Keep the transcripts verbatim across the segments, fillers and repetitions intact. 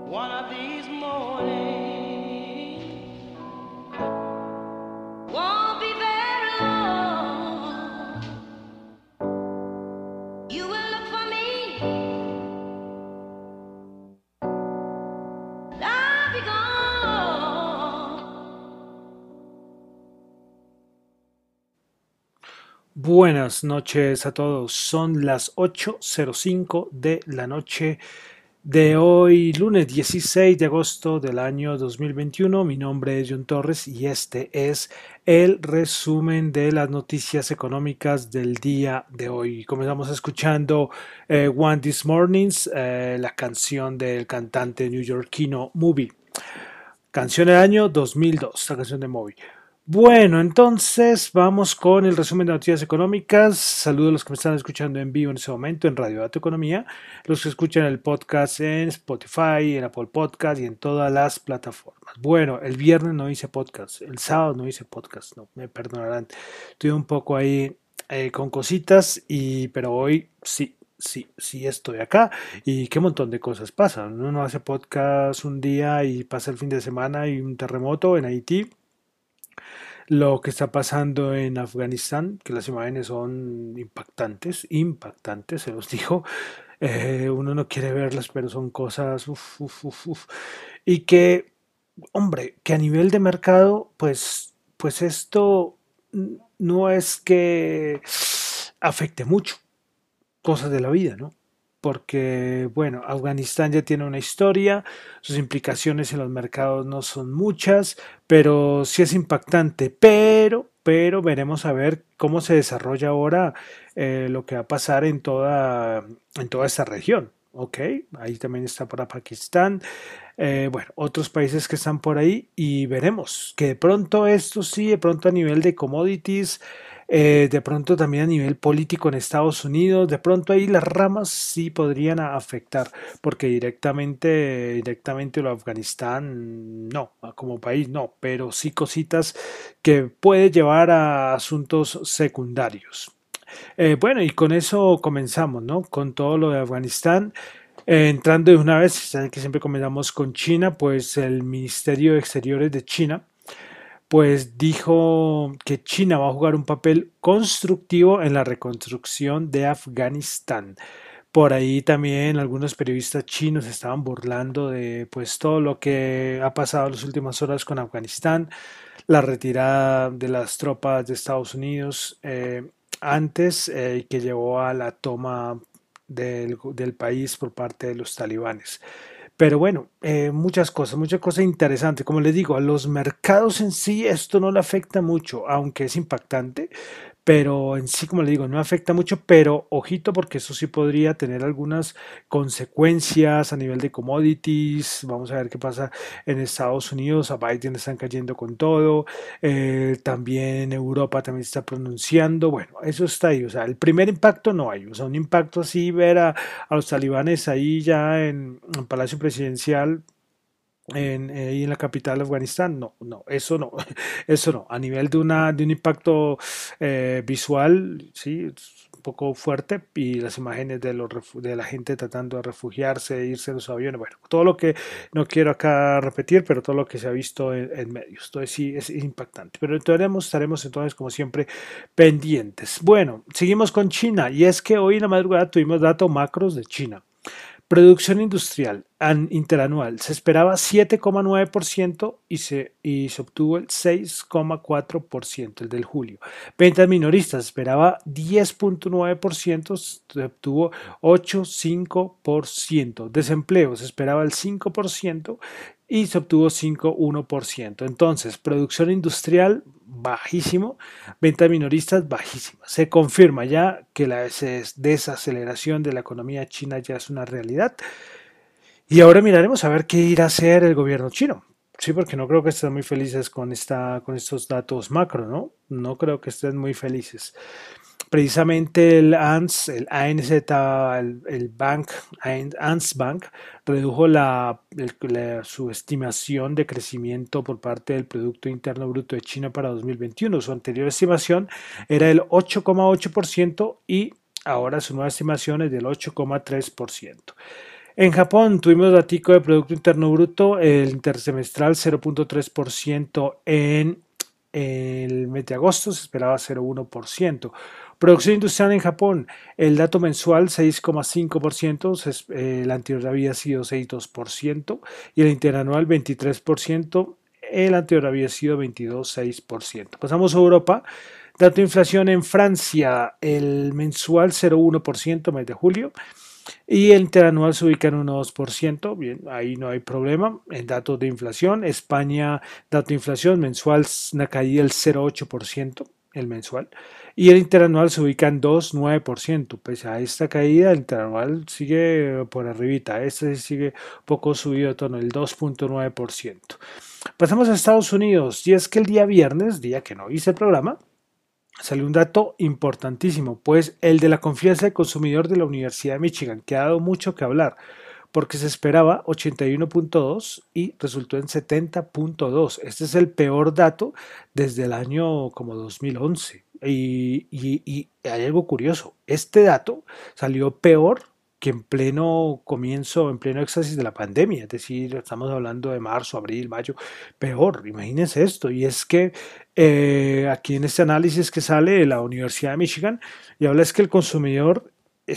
One of these mornings won't be very long. You will look for me, and I'll be gone. Buenas noches a todos. Son las ocho cero cinco de la noche de hoy, lunes dieciséis de agosto del año dos mil veintiuno. Mi nombre es John Torres y este es el resumen de las noticias económicas del día de hoy. Comenzamos escuchando eh, One This Mornings, eh, la canción del cantante neoyorquino Moby. Canción del año dos mil dos, la canción de Moby. Bueno, entonces vamos con el resumen de noticias económicas. Saludos a los que me están escuchando en vivo en este momento en Radio Dato Economía, los que escuchan el podcast en Spotify, en Apple Podcast y en todas las plataformas. Bueno, el viernes no hice podcast, el sábado no hice podcast, no, me perdonarán. Estuve un poco ahí eh, con cositas, y, pero hoy sí. Sí, sí estoy acá y qué montón de cosas pasan. Uno hace podcast un día y pasa el fin de semana y un terremoto en Haití, lo que está pasando en Afganistán, que las imágenes son impactantes, impactantes, se los digo. Eh, uno no quiere verlas, pero son cosas, uf, uf, uf, uf. Y que, hombre, que a nivel de mercado, pues, pues esto no es que afecte mucho cosas de la vida, ¿no? Porque, bueno, Afganistán ya tiene una historia, sus implicaciones en los mercados no son muchas, pero sí es impactante. Pero, pero veremos a ver cómo se desarrolla ahora eh, lo que va a pasar en toda, en toda esta región. Ok, ahí también está para Pakistán, eh, bueno, otros países que están por ahí, y veremos que de pronto esto sí, de pronto a nivel de commodities, eh, de pronto también a nivel político en Estados Unidos, de pronto ahí las ramas sí podrían afectar, porque directamente, directamente lo de Afganistán, no, como país no, pero sí cositas que puede llevar a asuntos secundarios. Eh, bueno, y con eso comenzamos, ¿no? Con todo lo de Afganistán. Eh, entrando de una vez, saben que siempre comenzamos con China, pues el Ministerio de Exteriores de China pues dijo que China va a jugar un papel constructivo en la reconstrucción de Afganistán. Por ahí también algunos periodistas chinos estaban burlando de pues todo lo que ha pasado en las últimas horas con Afganistán, la retirada de las tropas de Estados Unidos eh, antes eh, que llevó a la toma del, del país por parte de los talibanes. Pero bueno, eh, muchas cosas, muchas cosas interesantes. Como les digo, a los mercados en sí esto no le afecta mucho, aunque es impactante, pero en sí, como le digo, no afecta mucho, pero ojito porque eso sí podría tener algunas consecuencias a nivel de commodities. Vamos a ver qué pasa en Estados Unidos, a Biden están cayendo con todo, eh, también Europa también se está pronunciando, bueno, eso está ahí, o sea, el primer impacto no hay, o sea, un impacto así, ver a, a los talibanes ahí ya en, en Palacio Presidencial, en, eh, en la capital de Afganistán, no, no, eso no, eso no, a nivel de, una, de un impacto eh, visual, sí, es un poco fuerte, y las imágenes de, los, de la gente tratando de refugiarse, irse en los aviones, bueno, todo lo que no quiero acá repetir, pero todo lo que se ha visto en, en medios, entonces sí, es impactante, pero estaremos, estaremos entonces como siempre pendientes. Bueno, seguimos con China, y es que hoy en la madrugada tuvimos datos macros de China. Producción industrial interanual se esperaba siete coma nueve por ciento y se, y se obtuvo el seis coma cuatro por ciento, el del julio. Ventas minoristas se esperaba diez coma nueve por ciento, se obtuvo ocho coma cinco por ciento. Desempleo se esperaba el cinco por ciento y se obtuvo cinco coma uno por ciento. Entonces, producción industrial bajísimo, ventas minoristas bajísimas. Se confirma ya que la desaceleración de la economía china ya es una realidad. Y ahora miraremos a ver qué irá a hacer el gobierno chino. Sí, porque no creo que estén muy felices con, esta, con estos datos macro, ¿no? No creo que estén muy felices. Precisamente el A N S, el A N Z, el, el Bank, A N S Bank, redujo la, el, la, su estimación de crecimiento por parte del Producto Interno Bruto de China para dos mil veintiuno. Su anterior estimación era el ocho coma ocho por ciento y ahora su nueva estimación es del ocho coma tres por ciento. En Japón tuvimos datico de Producto Interno Bruto, el intersemestral cero punto tres por ciento en el mes de agosto, se esperaba cero punto uno por ciento. Producción industrial en Japón, el dato mensual seis coma cinco por ciento, el anterior había sido seis coma dos por ciento y el interanual veintitrés por ciento, el anterior había sido veintidós coma seis por ciento. Pasamos a Europa. Dato de inflación en Francia, el mensual cero punto uno por ciento, mes de julio. Y el interanual se ubica en un dos por ciento, bien, ahí no hay problema. En datos de inflación, España, dato de inflación mensual, una caída del cero punto ocho por ciento, el mensual. Y el interanual se ubica en dos punto nueve por ciento. Pese a esta caída, el interanual sigue por arribita. Este sigue poco subido de tono, el dos punto nueve por ciento. Pasamos a Estados Unidos. Y es que el día viernes, día que no hice el programa, salió un dato importantísimo, pues el de la confianza del consumidor de la Universidad de Michigan, que ha dado mucho que hablar, porque se esperaba ochenta y uno punto dos y resultó en setenta punto dos. Este es el peor dato desde el año como dos mil once. Y, y, y hay algo curioso, este dato salió peor que en pleno comienzo, en pleno éxtasis de la pandemia, es decir, estamos hablando de marzo, abril, mayo, peor, imagínense esto, y es que eh, aquí en este análisis que sale de la Universidad de Michigan, y habla es que el consumidor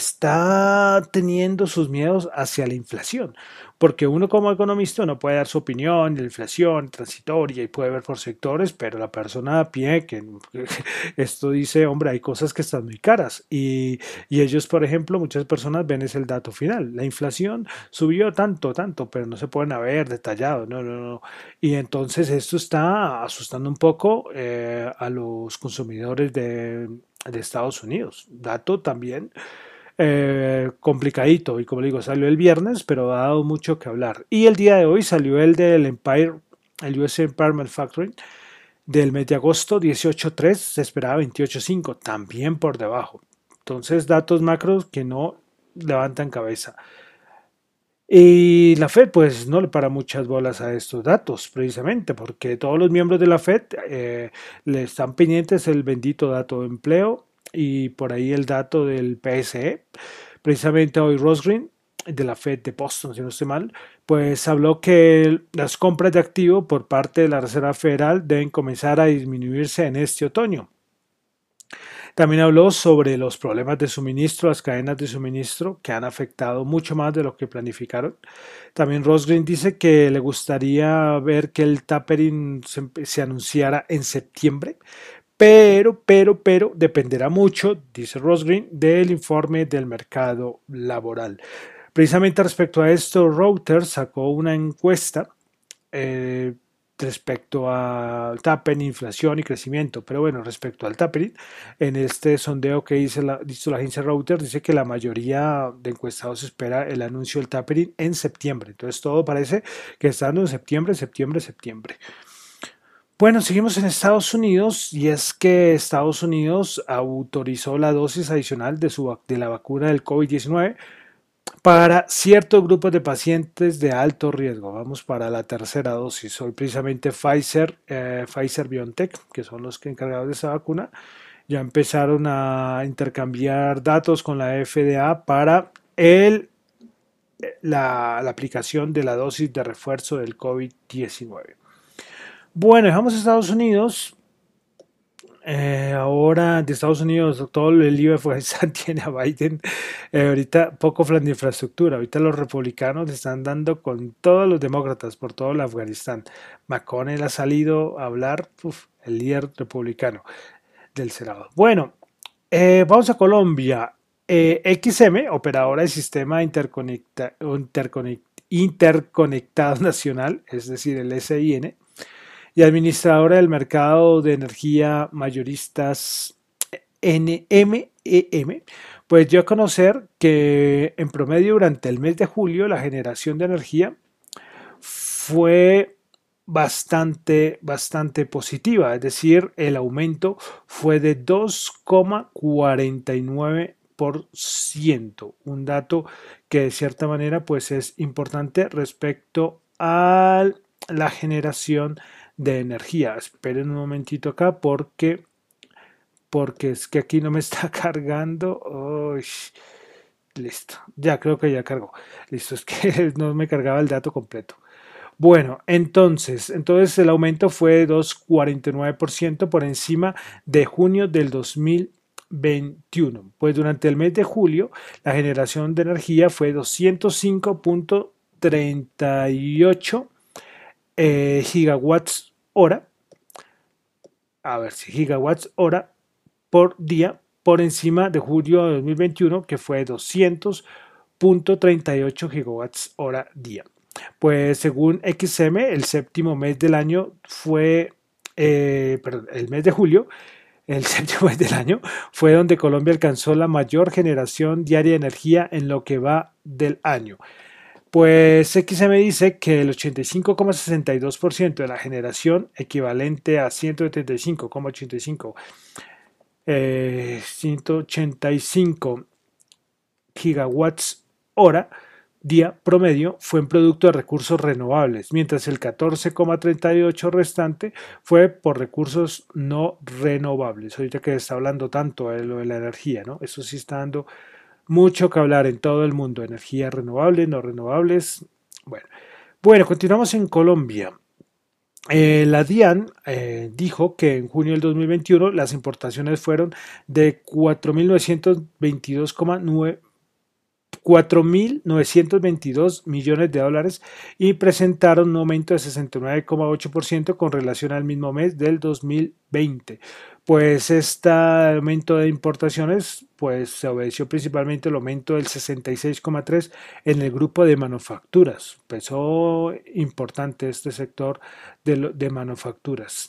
está teniendo sus miedos hacia la inflación, porque uno como economista no puede dar su opinión de la inflación transitoria y puede ver por sectores, pero la persona a pie que esto dice, hombre, hay cosas que están muy caras y, y ellos, por ejemplo, muchas personas ven es el dato final, la inflación subió tanto, tanto, pero no se pueden haber detallado, no, no, no, y entonces esto está asustando un poco eh, a los consumidores de, de Estados Unidos. Dato también eh, complicadito y como digo salió el viernes pero ha dado mucho que hablar y el día de hoy salió el del Empire, el U S Empire Manufacturing del mes de agosto dieciocho punto tres, se esperaba veintiocho punto cinco, también por debajo, entonces datos macros que no levantan cabeza. Y la Fed pues no le para muchas bolas a estos datos precisamente porque todos los miembros de la Fed eh, le están pendientes el bendito dato de empleo y por ahí el dato del P S E. Precisamente hoy Ross Green de la Fed de Boston, si no estoy mal, pues habló que las compras de activo por parte de la Reserva Federal deben comenzar a disminuirse en este otoño. También habló sobre los problemas de suministro, las cadenas de suministro que han afectado mucho más de lo que planificaron. También Ross Green dice que le gustaría ver que el tapering se, se anunciara en septiembre, pero, pero, pero dependerá mucho, dice Ross Green, del informe del mercado laboral. Precisamente respecto a esto, Reuters sacó una encuesta eh, respecto al tapering, inflación y crecimiento. Pero bueno, respecto al tapering, en este sondeo que hizo la, hizo la agencia Reuters, dice que la mayoría de encuestados espera el anuncio del tapering en septiembre. Entonces todo parece que está en septiembre, septiembre, septiembre. Bueno, seguimos en Estados Unidos y es que Estados Unidos autorizó la dosis adicional de, su, de la vacuna del COVID diecinueve para ciertos grupos de pacientes de alto riesgo. Vamos para la tercera dosis. Hoy precisamente Pfizer, eh, Pfizer BioNTech, que son los que encargados de esa vacuna, ya empezaron a intercambiar datos con la F D A para el, la, la aplicación de la dosis de refuerzo del COVID diecinueve. Bueno, dejamos a Estados Unidos. Eh, ahora de Estados Unidos todo el I V A fue tiene a Biden. Eh, ahorita poco plan de infraestructura. Ahorita los republicanos están dando con todos los demócratas por todo el Afganistán. McConnell ha salido a hablar, uf, el líder republicano del Senado. Bueno, eh, vamos a Colombia. Eh, X M, operadora de sistema interconecta, interconect, interconectado nacional, es decir, el S I N, y administradora del mercado de energía mayoristas N M E M, pues dio a conocer que en promedio durante el mes de julio la generación de energía fue bastante, bastante positiva, es decir, el aumento fue de dos coma cuarenta y nueve por ciento, un dato que de cierta manera pues es importante respecto a la generación de energía. Esperen un momentito acá porque porque es que aquí no me está cargando. Uy, Listo, ya creo que ya cargó. Listo, es que no me cargaba el dato completo. Bueno, entonces, entonces el aumento fue de dos coma cuarenta y nueve por ciento por encima de junio del dos mil veintiuno. Pues durante el mes de julio la generación de energía fue doscientos cinco punto treinta y ocho eh, gigawatts hora, a ver si gigawatts hora por día por encima de julio de dos mil veintiuno que fue doscientos punto treinta y ocho gigawatts hora día. Pues según X M, el séptimo mes del año fue, eh, perdón, el mes de julio, el séptimo mes del año fue donde Colombia alcanzó la mayor generación diaria de energía en lo que va del año. Pues X M dice que el ochenta y cinco coma sesenta y dos por ciento de la generación, equivalente a ciento setenta y cinco coma ochenta y cinco eh, ciento ochenta y cinco gigawatts hora día promedio, fue en producto de recursos renovables, mientras el catorce coma treinta y ocho restante fue por recursos no renovables. Ahorita que está hablando tanto de lo de la energía, ¿no? Eso sí está dando mucho que hablar en todo el mundo, energías renovables, no renovables. Bueno, bueno, continuamos en Colombia. Eh, la DIAN eh, dijo que en junio del dos mil veintiuno las importaciones fueron de cuatro mil novecientos veintidós coma nueve cuatro mil novecientos veintidós millones de dólares y presentaron un aumento de sesenta y nueve coma ocho por ciento con relación al mismo mes del dos mil veinte. Pues este aumento de importaciones pues se obedeció principalmente al aumento del sesenta y seis coma tres por ciento en el grupo de manufacturas. Empezó importante este sector de, de manufacturas.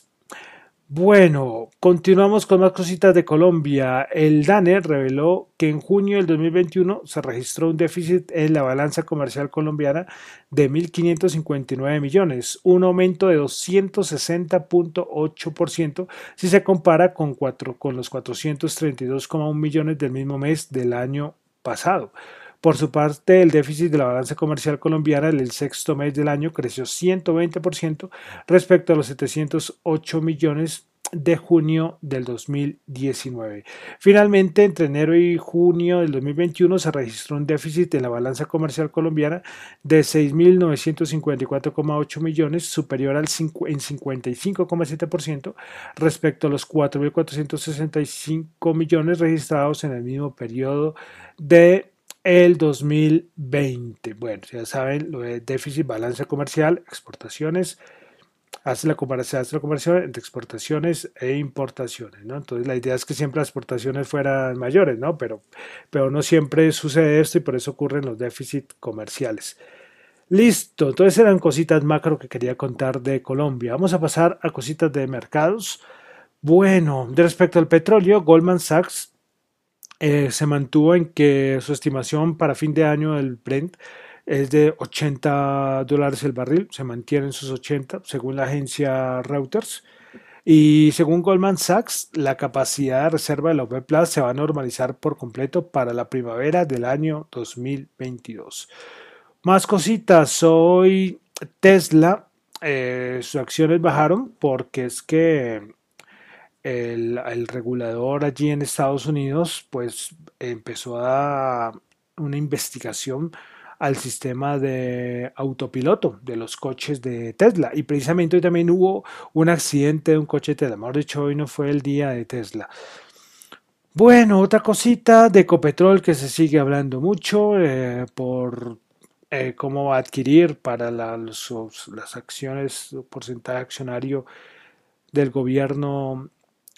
Bueno, continuamos con más cositas de Colombia. El DANE reveló que en junio del dos mil veintiuno se registró un déficit en la balanza comercial colombiana de mil quinientos cincuenta y nueve millones, un aumento de doscientos sesenta punto ocho por ciento si se compara con, cuatro, con los cuatrocientos treinta y dos coma uno millones del mismo mes del año pasado. Por su parte, el déficit de la balanza comercial colombiana en el sexto mes del año creció ciento veinte por ciento respecto a los setecientos ocho millones de junio del dos mil diecinueve. Finalmente, entre enero y junio del dos mil veintiuno se registró un déficit en la balanza comercial colombiana de seis mil novecientos cincuenta y cuatro coma ocho millones, superior al en cincuenta y cinco coma siete por ciento respecto a los cuatro mil cuatrocientos sesenta y cinco millones registrados en el mismo periodo de el dos mil veinte. Bueno, ya saben, lo de déficit, balanza comercial, exportaciones, hace la comparación, hace la comparación entre exportaciones e importaciones, ¿no? Entonces la idea es que siempre las exportaciones fueran mayores, ¿no? Pero, pero no siempre sucede esto y por eso ocurren los déficits comerciales. Listo, entonces eran cositas macro que quería contar de Colombia. Vamos a pasar a cositas de mercados. Bueno, de respecto al petróleo, Goldman Sachs eh, se mantuvo en que su estimación para fin de año del Brent es de ochenta dólares el barril, se mantiene en sus ochenta según la agencia Reuters. Y según Goldman Sachs, la capacidad de reserva de la OPEP Plus se va a normalizar por completo para la primavera del año dos mil veintidós. Más cositas, hoy Tesla, eh, sus acciones bajaron porque es que el, el regulador allí en Estados Unidos pues empezó a una investigación al sistema de autopiloto de los coches de Tesla y precisamente hoy también hubo un accidente de un coche de Tesla, mejor dicho hoy no fue el día de Tesla. Bueno, otra cosita de Ecopetrol que se sigue hablando mucho eh, por eh, cómo va a adquirir para la, los, las acciones, porcentaje accionario del gobierno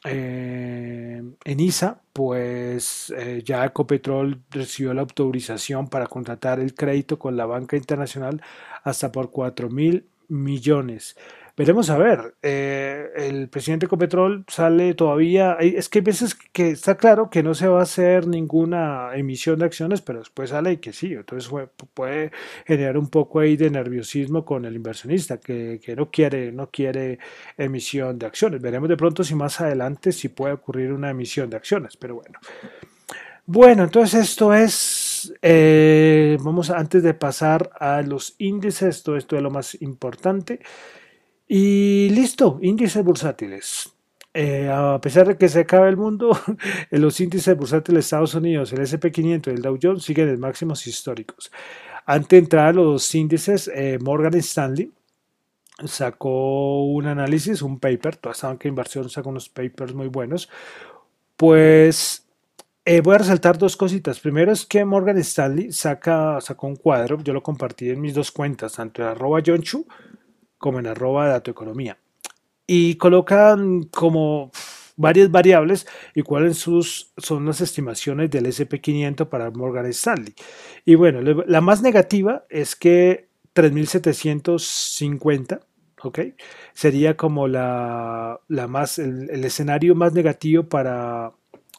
eh, en I S A, pues eh, ya Ecopetrol recibió la autorización para contratar el crédito con la banca internacional hasta por cuatro mil millones. Veremos a ver, eh, el presidente Ecopetrol sale todavía, es que hay veces que está claro que no se va a hacer ninguna emisión de acciones, pero después sale y que sí, entonces puede generar un poco ahí de nerviosismo con el inversionista que, que no quiere, no quiere emisión de acciones. Veremos de pronto si más adelante si puede ocurrir una emisión de acciones, pero bueno. Bueno, entonces esto es, eh, vamos a, antes de pasar a los índices, todo esto es lo más importante. Y listo, índices bursátiles. Eh, a pesar de que se acabe el mundo, los índices bursátiles de Estados Unidos, el S and P quinientos y el Dow Jones siguen en máximos históricos. Antes de entrar a los índices, eh, Morgan Stanley sacó un análisis, un paper, toda esta banca de inversión saca unos papers muy buenos. Pues eh, voy a resaltar dos cositas. Primero es que Morgan Stanley saca, sacó un cuadro, yo lo compartí en mis dos cuentas, tanto en arroba Yonchu como en arroba Dato Economía. Y colocan como varias variables y cuáles sus, son las estimaciones del S and P quinientos para Morgan Stanley. Y bueno, la más negativa es que tres mil setecientos cincuenta, ¿ok? Sería como la, la más, el, el escenario más negativo para,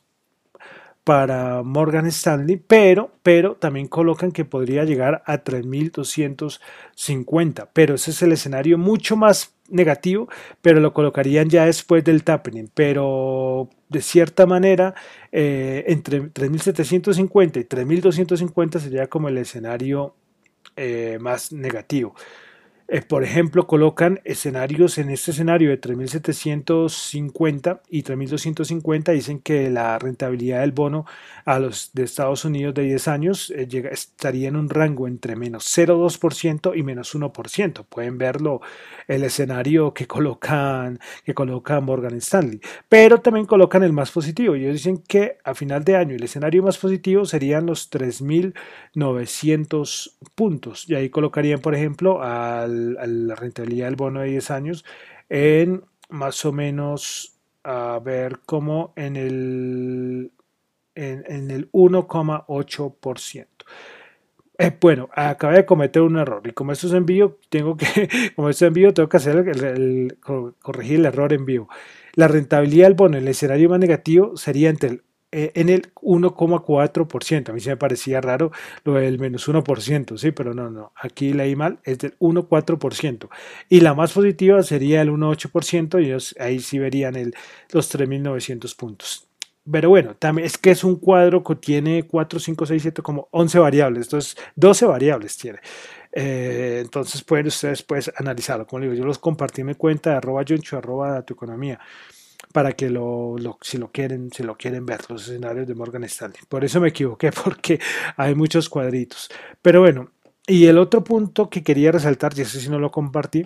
para Morgan Stanley, pero, pero también colocan que podría llegar a tres mil doscientos cincuenta, pero ese es el escenario mucho más negativo, pero lo colocarían ya después del tapering, pero de cierta manera eh, entre tres mil setecientos cincuenta y tres mil doscientos cincuenta sería como el escenario eh, más negativo. Eh, por ejemplo, colocan escenarios en este escenario de tres mil setecientos cincuenta y tres mil doscientos cincuenta, dicen que la rentabilidad del bono a los de Estados Unidos de diez años eh, llega, estaría en un rango entre menos cero coma dos por ciento y menos uno por ciento. Pueden verlo el escenario que colocan, que coloca Morgan Stanley. Pero también colocan el más positivo. Ellos dicen que a final de año el escenario más positivo serían los tres mil novecientos puntos. Y ahí colocarían, por ejemplo, al a la rentabilidad del bono de diez años en más o menos, a ver, como en el, en, en el uno coma ocho por ciento. Eh, bueno, acabé de cometer un error y como esto es en vivo, tengo que, como esto es en vivo, tengo que hacer el, el, el, corregir el error en vivo. La rentabilidad del bono en el escenario más negativo sería entre el eh, en el uno coma cuatro por ciento. A mí se me parecía raro lo del menos uno por ciento, sí, pero no, no, aquí leí mal, es del uno coma cuatro por ciento. Y la más positiva sería el uno coma ocho por ciento y ellos ahí sí verían el, los tres mil novecientos puntos. Pero bueno, también es que es un cuadro que tiene cuatro, cinco, seis, siete, como once variables, entonces doce variables tiene. Eh, entonces pueden ustedes pues analizarlo. Como digo, yo los compartí en mi cuenta de arroba yoncho, arroba Dato Economía, para que lo, lo, si lo quieren, si lo quieren ver, los escenarios de Morgan Stanley. Por eso me equivoqué, porque hay muchos cuadritos. Pero bueno, y el otro punto que quería resaltar, y ese sí no lo compartí,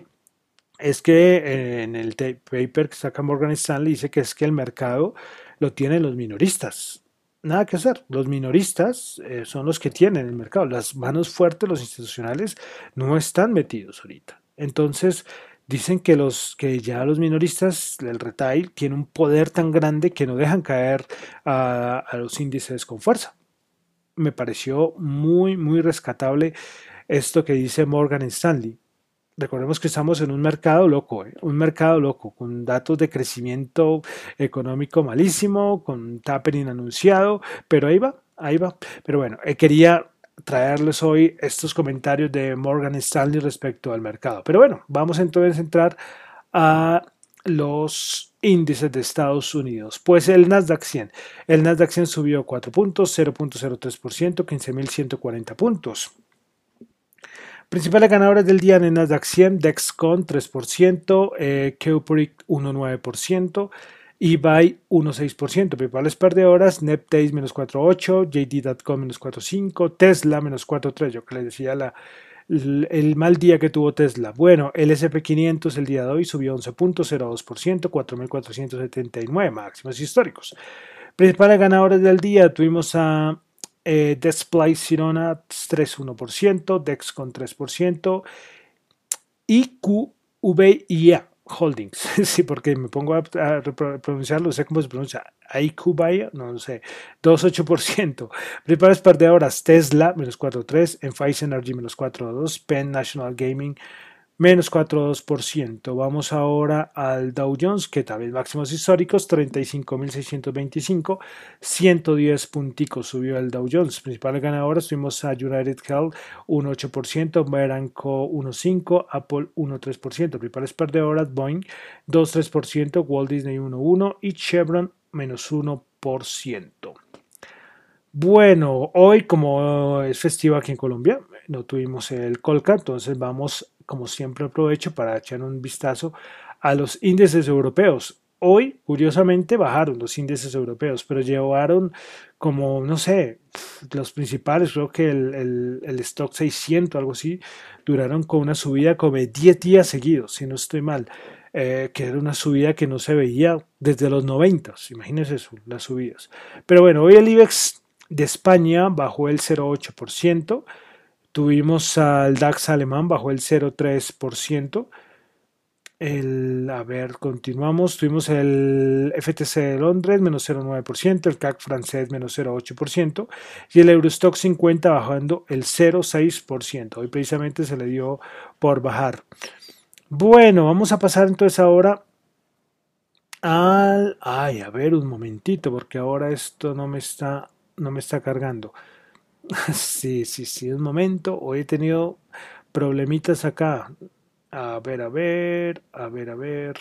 es que eh, en el paper que saca Morgan Stanley dice que es que el mercado lo tienen los minoristas. Nada que hacer. Los minoristas eh, son los que tienen el mercado. Las manos fuertes, los institucionales, no están metidos ahorita. Entonces, dicen que los que ya los minoristas, el retail, tiene un poder tan grande que no dejan caer a, a los índices con fuerza. Me pareció muy, muy rescatable esto que dice Morgan Stanley. Recordemos que estamos en un mercado loco, ¿eh? Un mercado loco, con datos de crecimiento económico malísimo, con tapering anunciado, pero ahí va, ahí va. Pero bueno, eh, quería traerles hoy estos comentarios de Morgan Stanley respecto al mercado. Pero bueno, vamos entonces a entrar a los índices de Estados Unidos. Pues el Nasdaq cien. El Nasdaq cien subió cuatro puntos, cero punto cero tres por ciento, quince mil ciento cuarenta puntos. Principales ganadores del día en el Nasdaq cien, Dexcon tres por ciento, eh, Keurig uno coma nueve por ciento, eBay uno coma seis por ciento. Principales perdedoras, NetDays menos cuatro coma ocho, J D punto com menos cuatro coma cinco, Tesla menos cuatro coma tres. Yo que les decía la, el, el mal día que tuvo Tesla. Bueno, el S and P quinientos el día de hoy subió once punto cero dos por ciento, cuatro mil cuatrocientos setenta y nueve máximos históricos. Principales ganadores del día tuvimos a Eh, Display Sirona tres coma uno por ciento, Dexcon tres por ciento y Q V I A Holdings. Sí, porque me pongo a, a pronunciarlo, sé cómo se pronuncia. I Q V I A, no sé, dos coma ocho por ciento. Principales perdedoras, Tesla menos cuatro coma tres, Enphase Energy menos cuatro coma dos, Penn National Gaming menos cuatro coma dos por ciento. Vamos ahora al Dow Jones, que también máximos históricos, treinta y cinco mil seiscientos veinticinco, ciento diez punticos subió el Dow Jones. Principales ganadoras tuvimos a United Health uno coma ocho por ciento, Veranco uno coma cinco por ciento, Apple uno coma tres por ciento. Principales perdedoras, Boeing dos coma tres por ciento, Walt Disney uno coma uno por ciento y Chevron menos uno por ciento. Bueno, hoy como es festivo aquí en Colombia, no tuvimos el Colca, entonces vamos, como siempre aprovecho para echar un vistazo a los índices europeos. Hoy, curiosamente, bajaron los índices europeos, pero llevaron como, no sé, los principales, creo que el, el, el stock seiscientos, algo así, duraron con una subida como de diez días seguidos, si no estoy mal, eh, que era una subida que no se veía desde los noventa, imagínense eso, las subidas. Pero bueno, hoy el IBEX de España bajó el cero coma ocho por ciento, tuvimos al DAX alemán bajó el cero coma tres por ciento, el, a ver, continuamos. Tuvimos el F T C de Londres menos cero coma nueve por ciento, el C A C francés menos cero coma ocho por ciento y el Eurostock cincuenta bajando el cero coma seis por ciento. Hoy precisamente se le dio por bajar. Bueno, vamos a pasar entonces ahora al... Ay, a ver un momentito, porque ahora esto no me está, no me está cargando. Sí, sí, sí, un momento. Hoy he tenido problemitas acá. A ver, a ver, a ver, a ver.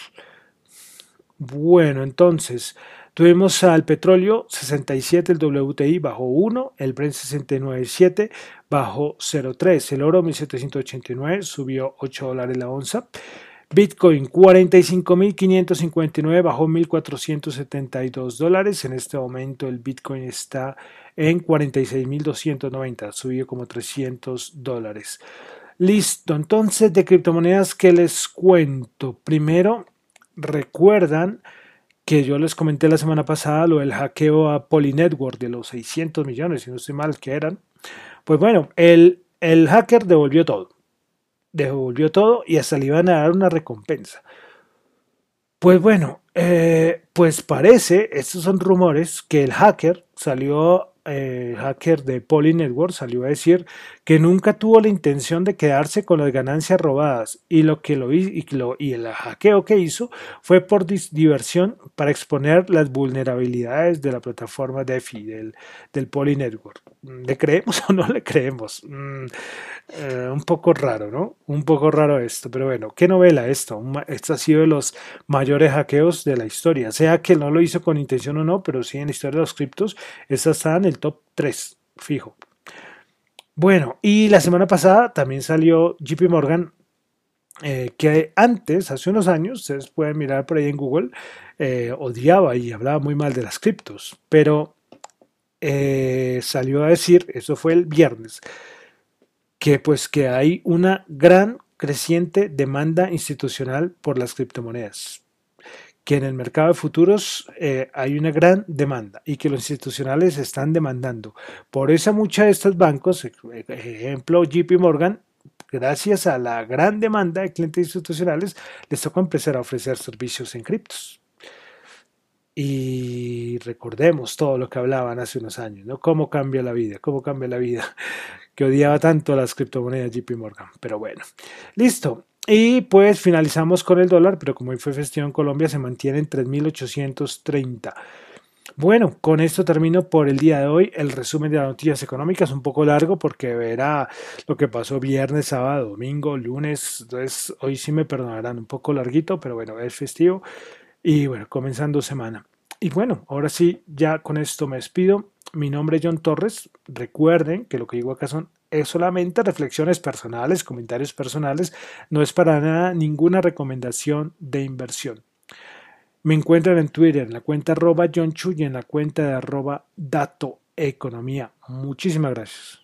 Bueno, entonces tuvimos al petróleo sesenta y siete, el W T I bajó uno, el Brent sesenta y nueve punto siete bajó cero punto tres, el oro mil setecientos ochenta y nueve subió ocho dólares la onza, Bitcoin cuarenta y cinco mil quinientos cincuenta y nueve bajó mil cuatrocientos setenta y dos dólares, en este momento el Bitcoin está en cuarenta y seis mil doscientos noventa, subió como trescientos dólares. Listo, entonces de criptomonedas, ¿qué les cuento? Primero, recuerdan que yo les comenté la semana pasada lo del hackeo a Polynetwork de los seiscientos millones, si no estoy mal, que eran. Pues bueno, el, el hacker devolvió todo. Devolvió todo y hasta le iban a dar una recompensa. Pues bueno, eh, pues parece, estos son rumores, que el hacker salió, eh, hacker de Polynetwork salió a decir que nunca tuvo la intención de quedarse con las ganancias robadas y lo que lo, y lo y el hackeo que hizo fue por diversión para exponer las vulnerabilidades de la plataforma DeFi del, del Polynetwork. ¿Le creemos o no le creemos? Mm, eh, un poco raro, ¿no? Un poco raro esto, pero bueno, ¿qué novela esto? Esto ha sido de los mayores hackeos de la historia, sea que no lo hizo con intención o no, pero sí en la historia de los criptos, esta está en el top tres, fijo. Bueno, y la semana pasada también salió J P Morgan, eh, que antes, hace unos años, ustedes pueden mirar por ahí en Google, eh, odiaba y hablaba muy mal de las criptos, pero eh, salió a decir, eso fue el viernes, que pues que hay una gran creciente demanda institucional por las criptomonedas, que en el mercado de futuros eh, hay una gran demanda y que los institucionales están demandando. Por eso muchos de estos bancos, ejemplo J P Morgan, gracias a la gran demanda de clientes institucionales, les toca empezar a ofrecer servicios en criptos. Y recordemos todo lo que hablaban hace unos años, ¿no? Cómo cambia la vida, cómo cambia la vida, que odiaba tanto las criptomonedas J P Morgan. Pero bueno, listo. Y pues finalizamos con el dólar, pero como hoy fue festivo en Colombia, se mantiene en tres mil ochocientos treinta. Bueno, con esto termino por el día de hoy el resumen de las noticias económicas, un poco largo porque verá lo que pasó viernes, sábado, domingo, lunes, entonces hoy sí me perdonarán un poco larguito, pero bueno, es festivo y bueno, comenzando semana. Y bueno, ahora sí, ya con esto me despido. Mi nombre es John Torres. Recuerden que lo que digo acá son es solamente reflexiones personales, comentarios personales, no es para nada ninguna recomendación de inversión. Me encuentran en Twitter, en la cuenta arroba John Chu y en la cuenta de arroba Dato Economía. Muchísimas gracias.